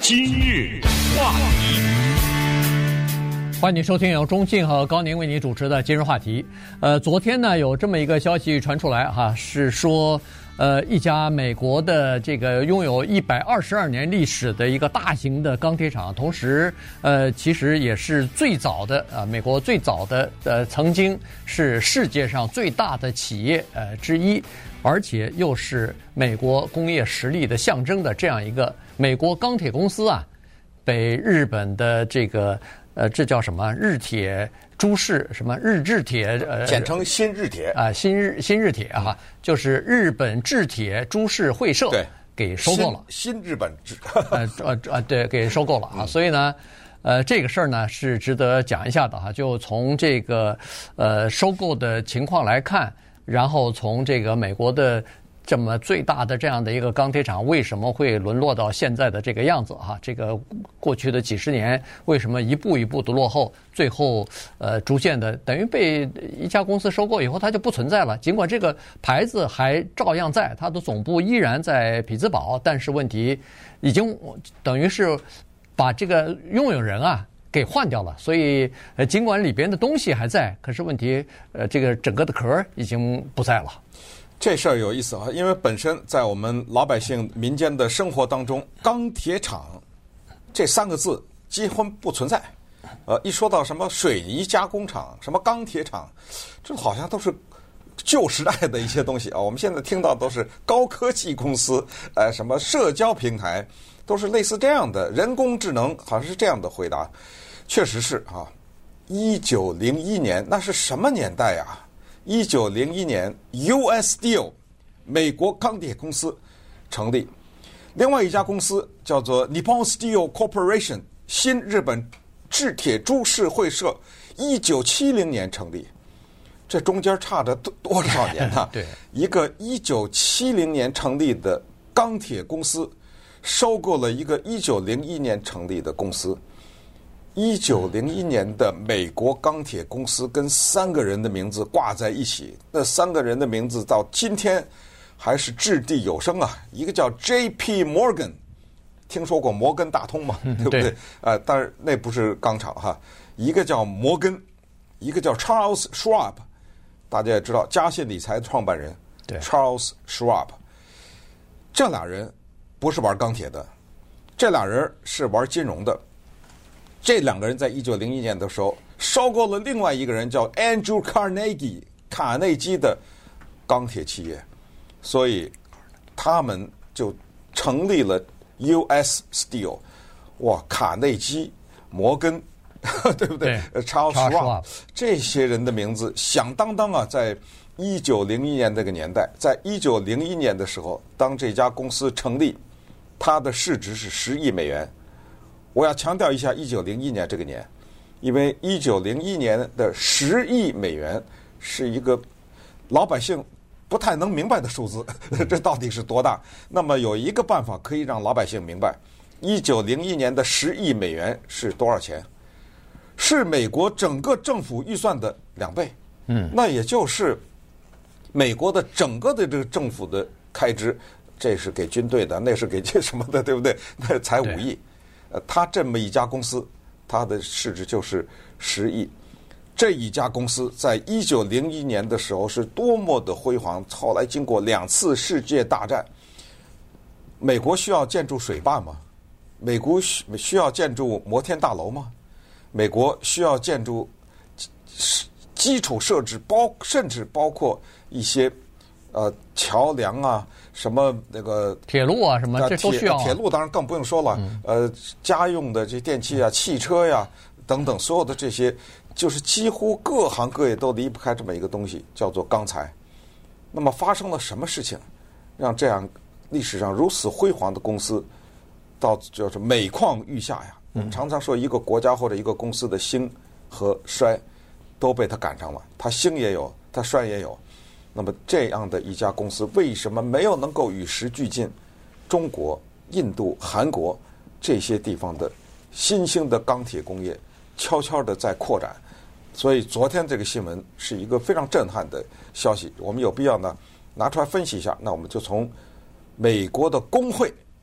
今日话题， 欢迎收听由钟庆和高宁为你主持的今日话题。昨天呢有这么一个消息传出来哈，是说一家美国的这个拥有122年历史的一个大型的钢铁厂，同时其实也是最早的美国最早的曾经是世界上最大的企业之一，而且又是美国工业实力的象征的这样一个美国钢铁公司啊，被日本的这个这叫什么日铁株式什么日制铁简称新日铁啊，新日铁啊，就是日本制铁株式会社给收购了， 新日本制对，给收购了啊，所以呢。这个事儿呢是值得讲一下的哈，就从这个收购的情况来看，然后从这个美国的这么最大的这样的一个钢铁厂为什么会沦落到现在的这个样子哈？这个过去的几十年为什么一步一步的落后，最后逐渐的等于被一家公司收购以后它就不存在了。尽管这个牌子还照样在，它的总部依然在匹兹堡，但是问题已经等于是把这个拥有人啊给换掉了，所以尽管里边的东西还在，可是问题这个整个的壳已经不在了。 这事儿有意思啊，因为本身在我们老百姓民间的生活当中，钢铁厂这3个字几乎不存在。一说到什么水泥加工厂、什么钢铁厂，这好像都是旧时代的一些东西啊。我们现在听到都是高科技公司，什么社交平台，都是类似这样的，人工智能好像是这样的回答。确实是啊，1901年那是什么年代啊？1901年 US Steel 美国钢铁公司成立，另外一家公司叫做 Nippon Steel Corporation 新日本制铁株式会社1970年成立，这中间差着多少年呢？ 对， 一个1970年成立的钢铁公司收购了一个1901年成立的公司。1901年的美国钢铁公司跟3个人的名字挂在一起，那3个人的名字到今天还是掷地有声啊！一个叫 J.P. Morgan， 听说过摩根大通嘛？对不对？但是那不是钢厂哈。一个叫摩根，一个叫 Charles Schwab， 大家也知道嘉信理财的创办人， 对 Charles Schwab， 这俩人不是玩钢铁的，这俩人是玩金融的。这2个人在1901年的时候收购了另外一个人叫 Andrew Carnegie 卡内基的钢铁企业，所以他们就成立了 US Steel。 哇，卡内基、摩根对不对？ Charles Schwab 这些人的名字响当当啊，在1901年这个年代，在1901年的时候，当这家公司成立，它的市值是10亿美元。我要强调一下1901年这个年，因为1901年的10亿美元是一个老百姓不太能明白的数字，这到底是多大？那么有一个办法可以让老百姓明白，1901年的10亿美元是多少钱？是美国整个政府预算的2倍。那也就是美国的整个的这个政府的开支，这是给军队的，那是给这什么的，对不对？那才5亿。他这么一家公司，它的市值就是10亿。这一家公司在1901年的时候是多么的辉煌，后来经过2次世界大战，美国需要建筑水坝吗？美国需要建筑摩天大楼吗？美国需要建筑基础设置，甚至包括一些桥梁啊，什么那个铁路啊，什么这都需要。 铁路当然更不用说了，家用的这电器啊、汽车呀等等，所有的这些，就是几乎各行各业都离不开这么一个东西，叫做钢材。那么发生了什么事情，让这样历史上如此辉煌的公司，到就是每况愈下呀？我们常常说一个国家或者一个公司的兴和衰，都被它赶上了，它兴也有，它衰也有。那么这样的一家公司为什么没有能够与时俱进？中国、印度、韩国这些地方的新兴的钢铁工业悄悄地在扩展，所以昨天这个新闻是一个非常震撼的消息，我们有必要呢拿出来分析一下。那我们就从美国的工会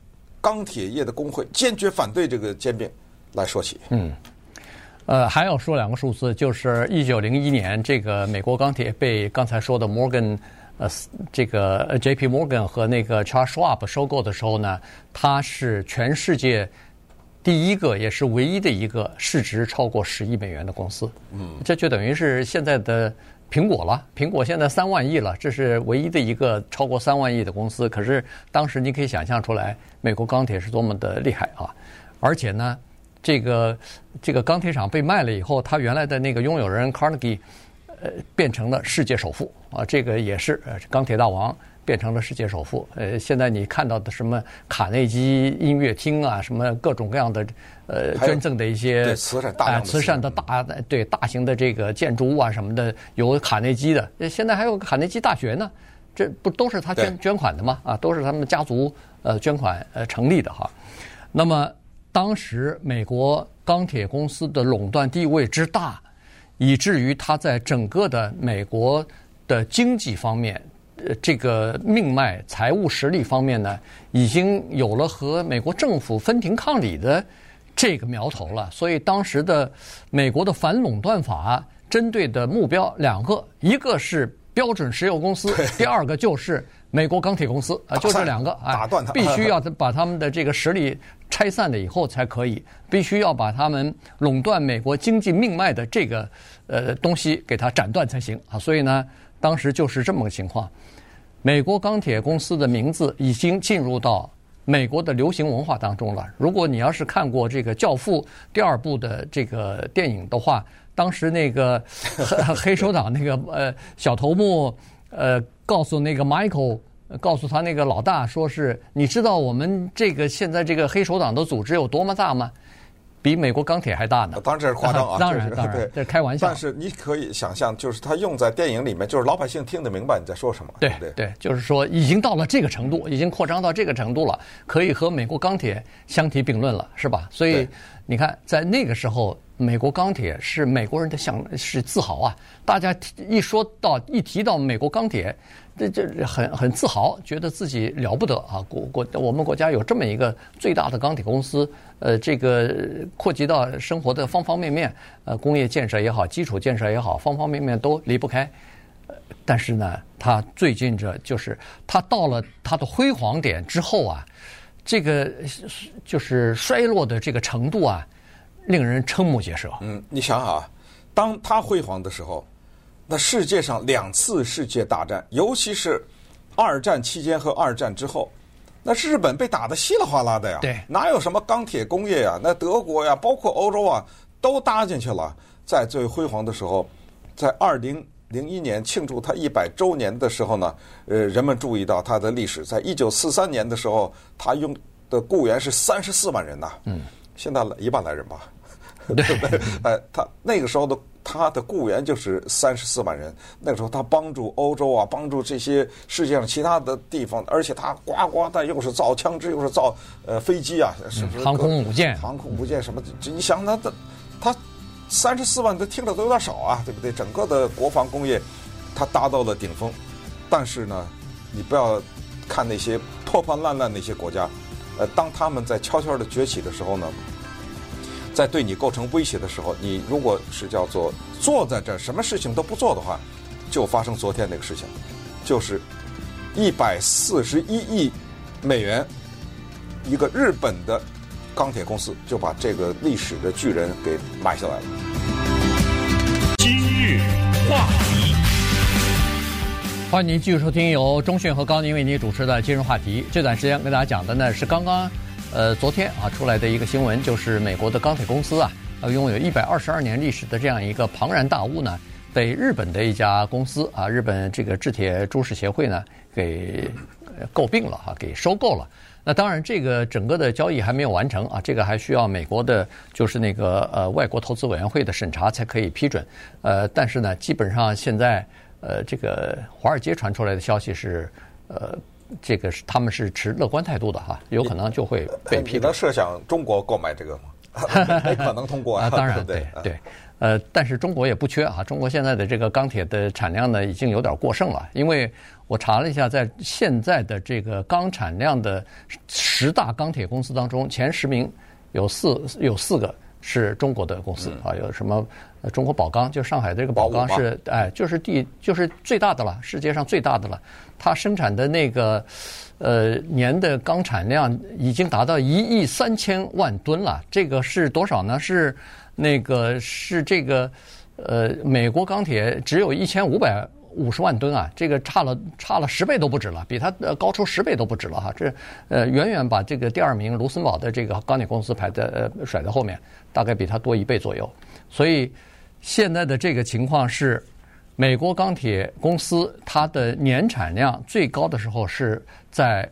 钢铁业的工会坚决反对这个兼并来说起。 还要说两个数字，就是1901年，这个美国钢铁被刚才说的摩根，这个 J.P. Morgan 和那个 Charles Schwab 收购的时候呢，它是全世界第一个也是唯一的一个市值超过10亿美元的公司。这就等于是现在的苹果了。苹果现在3万亿了，这是唯一的一个超过3万亿的公司。可是当时你可以想象出来，美国钢铁是多么的厉害啊！而且呢，这个钢铁厂被卖了以后，他原来的那个拥有人 Carnegie，变成了世界首富啊，这个也是钢铁大王变成了世界首富。现在你看到的什么卡内基音乐厅啊，什么各种各样的捐赠的一些慈善的大型的这个建筑物啊什么的，有卡内基的，现在还有卡内基大学呢，这不都是他捐款的吗？啊，都是他们家族捐款成立的哈。那么当时美国钢铁公司的垄断地位之大，以至于它在整个的美国的经济方面，这个命脉、财务实力方面呢，已经有了和美国政府分庭抗礼的这个苗头了。所以当时的美国的反垄断法针对的目标2个，一个是标准石油公司，第二个就是美国钢铁公司啊，就这2个打断它， 必须要把他们的这个实力拆散了以后才可以，必须要把他们垄断美国经济命脉的这个东西给它斩断才行啊。所以呢，当时就是这么个情况。美国钢铁公司的名字已经进入到美国的流行文化当中了。如果你要是看过这个《教父》第2部的这个电影的话，当时那个黑手党那个小头目告诉那个 Michael， 告诉他那个老大，说是你知道我们这个现在这个黑手党的组织有多么大吗？比美国钢铁还大呢。 当然这是夸张啊， 当然，这是开玩笑。 但是你可以想象，就是他用在电影里面，就是老百姓听得明白你在说什么。 对，就是说已经到了这个程度，已经扩张到这个程度了，可以和美国钢铁相提并论了，是吧？所以你看，在那个时候，美国钢铁是美国人的是自豪啊！大家一提到美国钢铁，这很自豪，觉得自己了不得啊！我们国家有这么一个最大的钢铁公司，这个扩及到生活的方方面面，工业建设也好，基础建设也好，方方面面都离不开。但是呢，他最近就是他到了他的辉煌点之后啊，这个就是衰落的这个程度啊，令人瞠目结舌。 你想想啊，当他辉煌的时候，那世界上2次世界大战，尤其是2战期间和2战之后，那日本被打得稀里哗啦的呀。 对， 哪有什么钢铁工业呀？那德国呀，包括欧洲啊，都搭进去了。在最辉煌的时候，在2001年庆祝他100周年的时候呢，人们注意到他的历史。在1943年的时候，他用的雇员是34万人呐。现在1万来人吧。对不对？他那个时候他的雇员就是34万人。那个时候他帮助欧洲啊，帮助这些世界上其他的地方，而且他呱的又是造枪支，又是造飞机啊，是不是？ 航空母舰什么？你想他34万，他听着都有点少啊，对不对？整个的国防工业，他达到了顶峰。但是呢，你不要看那些破破烂烂那些国家，当他们在悄悄的崛起的时候呢，在对你构成威胁的时候，你如果是叫做坐在这儿什么事情都不做的话，就发生昨天那个事情，就是141亿美元，一个日本的钢铁公司就把这个历史的巨人给买下来了。 今日话题， 欢迎您继续收听由钟迅和高宁为您主持的今日话题。这段时间跟大家讲的呢是刚刚昨天出来的一个新闻，就是美国的钢铁公司拥有122年历史的这样一个庞然大物呢，被日本的一家公司日本这个制铁株式协会呢给购并了给收购了。那当然，这个整个的交易还没有完成这个还需要美国的，就是那个外国投资委员会的审查才可以批准。但是呢，基本上现在这个华尔街传出来的消息是这个他们是持乐观态度的有可能就会被批。 你能设想中国购买这个吗？没可能通过当然对。 但是中国也不缺啊，中国现在的这个钢铁的产量呢已经有点过剩了，因为我查了一下，在现在的这个钢产量的10大钢铁公司当中，前10名有4个是中国的公司啊，有什么中国宝钢，就上海这个宝钢是就是最大的了，世界上最大的了，它生产的那个年的钢产量已经达到1亿3000万吨了，这个是多少呢？是这个美国钢铁只有1550万吨啊，这个差了10倍都不止了，比它高出10倍都不止了哈。这远远把这个第2名卢森堡的这个钢铁公司甩在后面，大概比它多1倍左右。所以现在的这个情况是，美国钢铁公司它的年产量最高的时候是在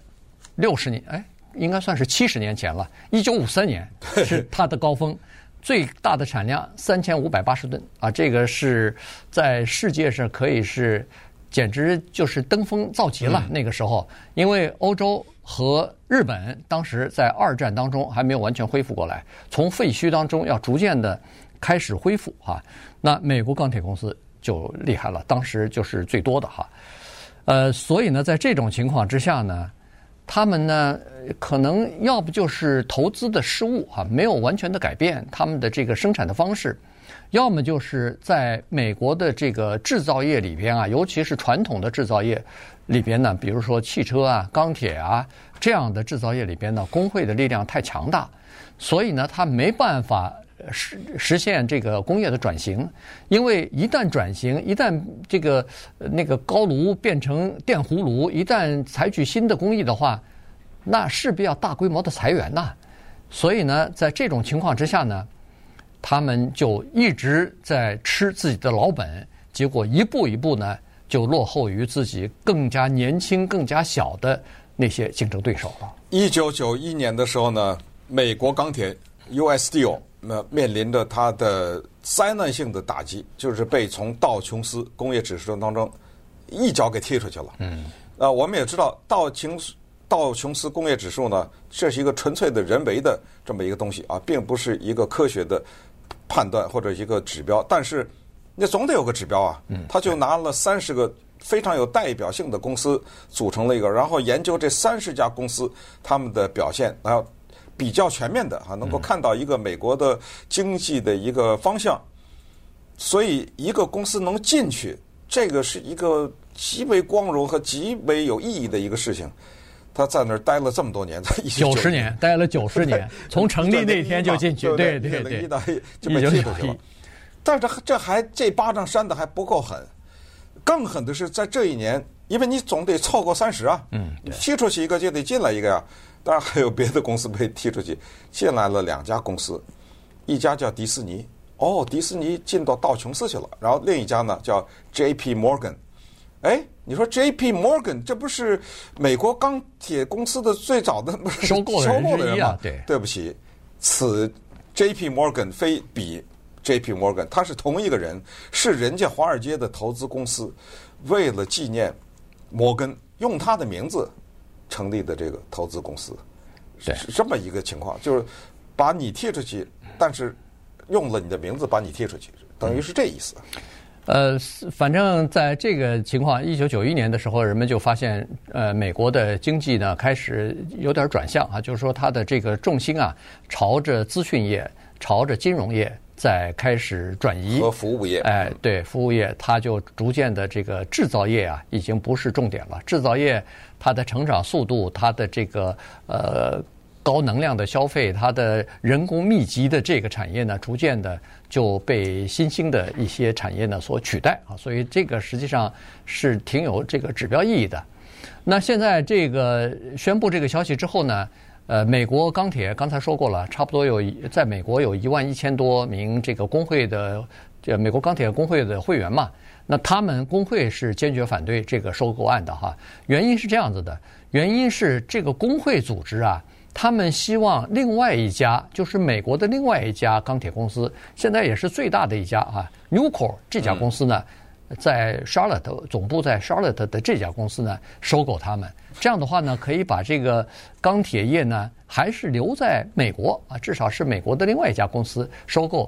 60年，应该算是70年前了，1953年是它的高峰。最大的产量3580吨啊，这个是在世界上可以是简直就是登峰造极了。那个时候，因为欧洲和日本当时在2战当中还没有完全恢复过来，从废墟当中要逐渐的开始恢复哈。那美国钢铁公司就厉害了，当时就是最多的哈。所以呢，在这种情况之下呢，他们呢，可能要不就是投资的失误啊，没有完全的改变他们的这个生产的方式，要么就是在美国的这个制造业里边啊，尤其是传统的制造业里边呢，比如说汽车啊、钢铁啊这样的制造业里边呢，工会的力量太强大，所以呢，他没办法实现这个工业的转型，因为一旦转型，一旦这个那个高炉变成电葫芦，一旦采取新的工艺的话，那势必要大规模的裁员呐。所以呢，在这种情况之下呢，他们就一直在吃自己的老本，结果一步一步呢，就落后于自己更加年轻、更加小的那些竞争对手了。 1991年的时候呢，美国钢铁 US Steel 面临着它的灾难性的打击，就是被从道琼斯工业指数当中一脚给踢出去了。我们也知道道琼斯工业指数呢，这是一个纯粹的人为的这么一个东西啊，并不是一个科学的判断或者一个指标，但是那总得有个指标啊。他就拿了30个非常有代表性的公司组成了一个，然后研究这30家公司他们的表现，然后比较全面的能够看到一个美国的经济的一个方向。所以一个公司能进去，这个是一个极为光荣和极为有意义的一个事情。他在那儿待了这么多年 ，90年待了90年，从成立那天就进去，对， 就被踢出去了。但是这巴掌扇的还不够狠，更狠的是在这一年，因为你总得凑够30啊，踢出去一个就得进来一个呀。当然还有别的公司被踢出去，进来了2家公司，一家叫迪士尼，迪士尼进到道琼斯去了，然后另一家呢叫 J.P. Morgan。你说 J.P. Morgan 这不是美国钢铁公司的最早的收购的人吗？ 对不起，此 J.P. Morgan 非彼 J.P. Morgan， 他是同一个人，是人家华尔街的投资公司为了纪念摩根用他的名字成立的这个投资公司，是这么一个情况，就是把你踢出去，但是用了你的名字把你踢出去，等于是这意思。 反正在这个情况，1991年的时候，人们就发现，美国的经济呢开始有点转向啊，就是说它的这个重心啊，朝着资讯业、朝着金融业在开始转移， 和服务业。 对，服务业它就逐渐的这个制造业啊，已经不是重点了。制造业它的成长速度，它的这个高能量的消费，它的人工密集的这个产业呢，逐渐的就被新兴的一些产业呢所取代啊，所以这个实际上是挺有这个指标意义的。那现在这个宣布这个消息之后呢，美国钢铁刚才说过了，差不多在美国有11000多名这个工会的美国钢铁工会的会员嘛，那他们工会是坚决反对这个收购案的哈。原因是这样子的，原因是这个工会组织啊，他们希望另外一家，就是美国的另外一家钢铁公司，现在也是最大的一家啊 ，Nucor 这家公司呢，在 Charlotte 总部在 Charlotte 的这家公司呢收购他们。这样的话呢，可以把这个钢铁业呢还是留在美国啊，至少是美国的另外一家公司收购。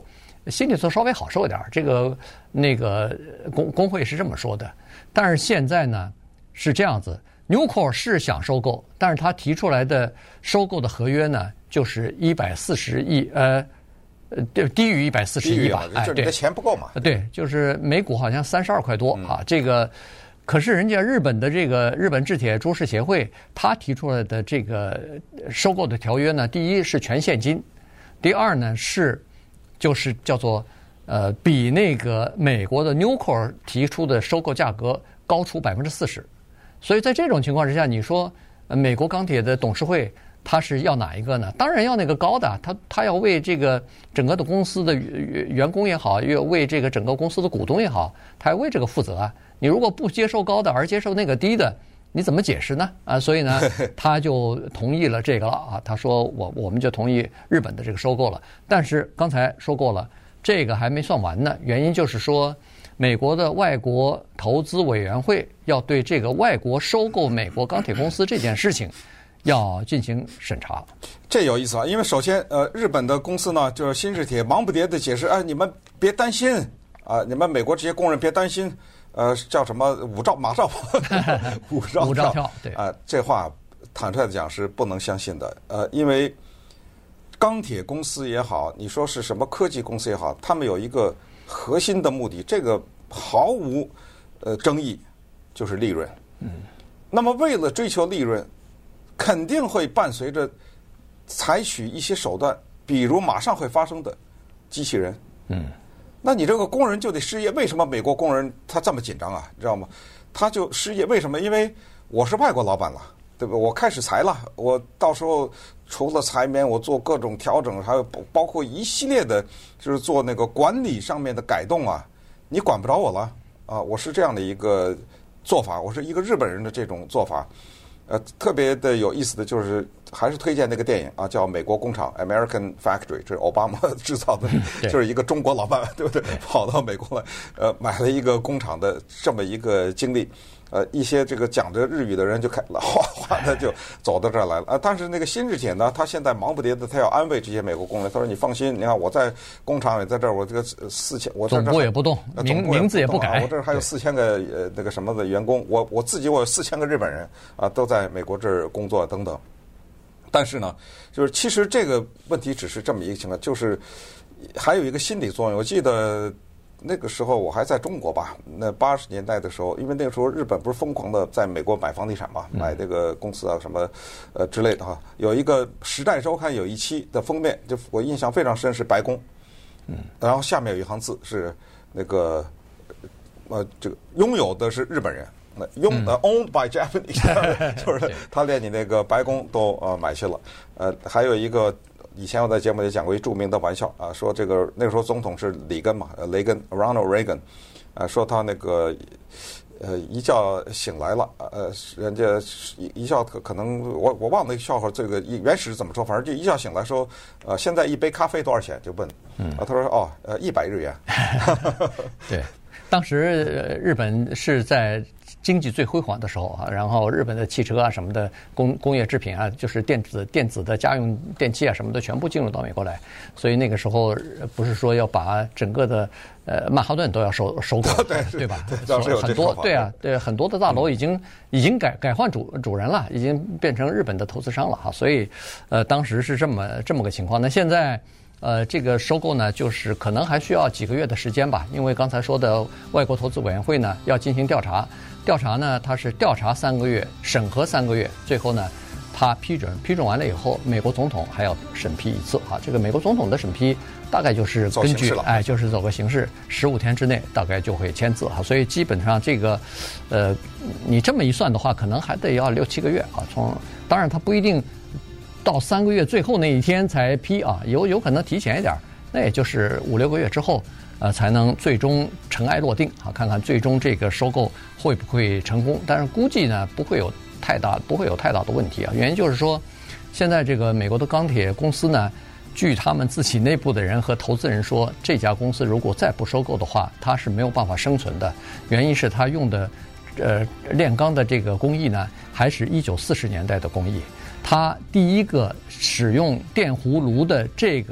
心里头稍微好受一点。这个那个工会是这么说的，但是现在呢是这样子。Nucor 是想收购，但是他提出来的收购的合约呢，就是140亿，低于140亿吧？ 哎，就是你的钱不够嘛？ 对，就是每股好像32块多啊。这个，可是人家日本的这个日本制铁株式协会，他提出来的这个收购的条约呢，第一是全现金，第二呢就是叫做比那个美国的 Nucor 提出的收购价格高出40%。所以在这种情况之下，你说美国钢铁的董事会他是要哪一个呢？当然要那个高的，他要为这个整个的公司的员工也好，要为这个整个公司的股东也好，他要为这个负责啊。你如果不接受高的而接受那个低的，你怎么解释呢？啊，所以呢，他就同意了这个了啊。他说我们就同意日本的这个收购了，但是刚才说过了，这个还没算完呢。原因就是说，美国的外国投资委员会要对这个外国收购美国钢铁公司这件事情要进行审查。 这有意思啊，因为首先日本的公司呢，就是新日铁忙不迭的解释，你们别担心啊，你们美国这些工人别担心，叫什么马照五照跳， 对这话坦率的讲是不能相信的，因为钢铁公司也好，你说是什么科技公司也好，他们有一个核心的目的，这个毫无争议，就是利润。那么为了追求利润，肯定会伴随着采取一些手段，比如马上会发生的机器人。那你这个工人就得失业。为什么美国工人他这么紧张啊？你知道吗？他就失业，为什么？因为我是外国老板了，对吧？我开始裁了，我到时候除了裁员，我做各种调整，还有包括一系列的，就是做那个管理上面的改动啊，你管不着我了啊！我是这样的一个做法，我是一个日本人的这种做法。特别的有意思的就是，还是推荐那个电影啊，叫《美国工厂》（American Factory），这是奥巴马制造的，就是一个中国老板，对不对？跑到美国来，买了一个工厂的这么一个经历。一些这个讲着日语的人就哗的就走到这儿来了。但是那个新日铁呢，他现在忙不迭的，他要安慰这些美国工人。他说：“你放心，你看我在工厂也在这儿，我这个4000，我总部也不动，名字也不改， 我这儿还有4000个那个什么的员工，我有4000个日本人啊，都在美国这儿工作等等。但是呢，就是其实这个问题只是这么一个情况，就是还有一个心理作用。我记得。”那个时候我还在中国吧，那80年代的时候，因为那个时候日本不是疯狂的在美国买房地产嘛，买这个公司啊什么之类的哈。有一个《时代周刊》有一期的封面，就我印象非常深，是白宫，然后下面有一行字是那个这个拥有的是日本人，owned by Japanese， 就是他连你那个白宫都买去了。还有一个。以前我在节目里讲过一著名的玩笑啊，说这个那个时候总统是里根嘛，雷根 Ronald Reagan， 说他那个一觉醒来了，人家一觉可能我忘了那个笑话，这个原始是怎么说，反正就一觉醒来说，现在一杯咖啡多少钱？就问，他说100日元。 对，当时日本是在经济最辉煌的时候啊，然后日本的汽车啊什么的工业制品啊，就是电子的家用电器啊什么的全部进入到美国来，所以那个时候不是说要把整个的曼哈顿都要收购，对吧？很多对啊，对很多的大楼已经改换主人了，已经变成日本的投资商了哈，所以当时是这么个情况。那现在。这个收购呢，就是可能还需要几个月的时间吧，因为刚才说的外国投资委员会呢要进行调查呢，它是调查3个月，审核3个月，最后呢，他批准完了以后，美国总统还要审批一次啊。这个美国总统的审批大概就是根据就是走个形式，15天之内大概就会签字哈，所以基本上这个你这么一算的话，可能还得要6-7个月啊。当然它不一定。到3个月最后那一天才批啊，有可能提前一点，那也就是5-6个月之后，才能最终尘埃落定啊，看看最终这个收购会不会成功。但是估计呢不会有太大的问题啊。原因就是说，现在这个美国的钢铁公司呢，据他们自己内部的人和投资人说，这家公司如果再不收购的话，它是没有办法生存的。原因是它用的炼钢的这个工艺呢，还是1940年代的工艺。它第一个使用电弧炉的这个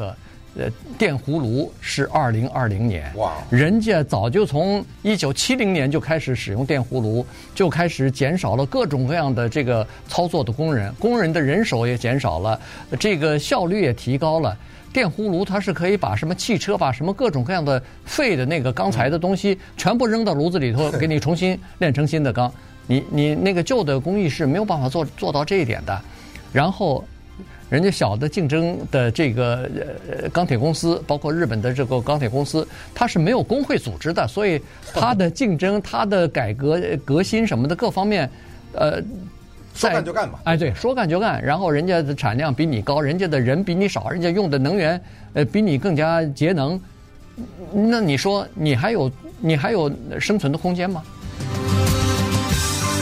电葫芦是2020年。 哇！ 人家早就从1970年就开始使用电葫芦，就开始减少了各种各样的这个操作的工人的人手也减少了，这个效率也提高了。电葫芦它是可以把什么汽车、把什么各种各样的废的那个钢材的东西全部扔到炉子里头，给你重新炼成新的钢。你那个旧的工艺是没有办法做到这一点的。然后人家小的竞争的这个钢铁公司，包括日本的这个钢铁公司，它是没有工会组织的，所以它的竞争、它的改革、革新什么的各方面， 说干就干嘛。 哎，对，说干就干。然后人家的产量比你高，人家的人比你少，人家用的能源比你更加节能。那你说你还有生存的空间吗？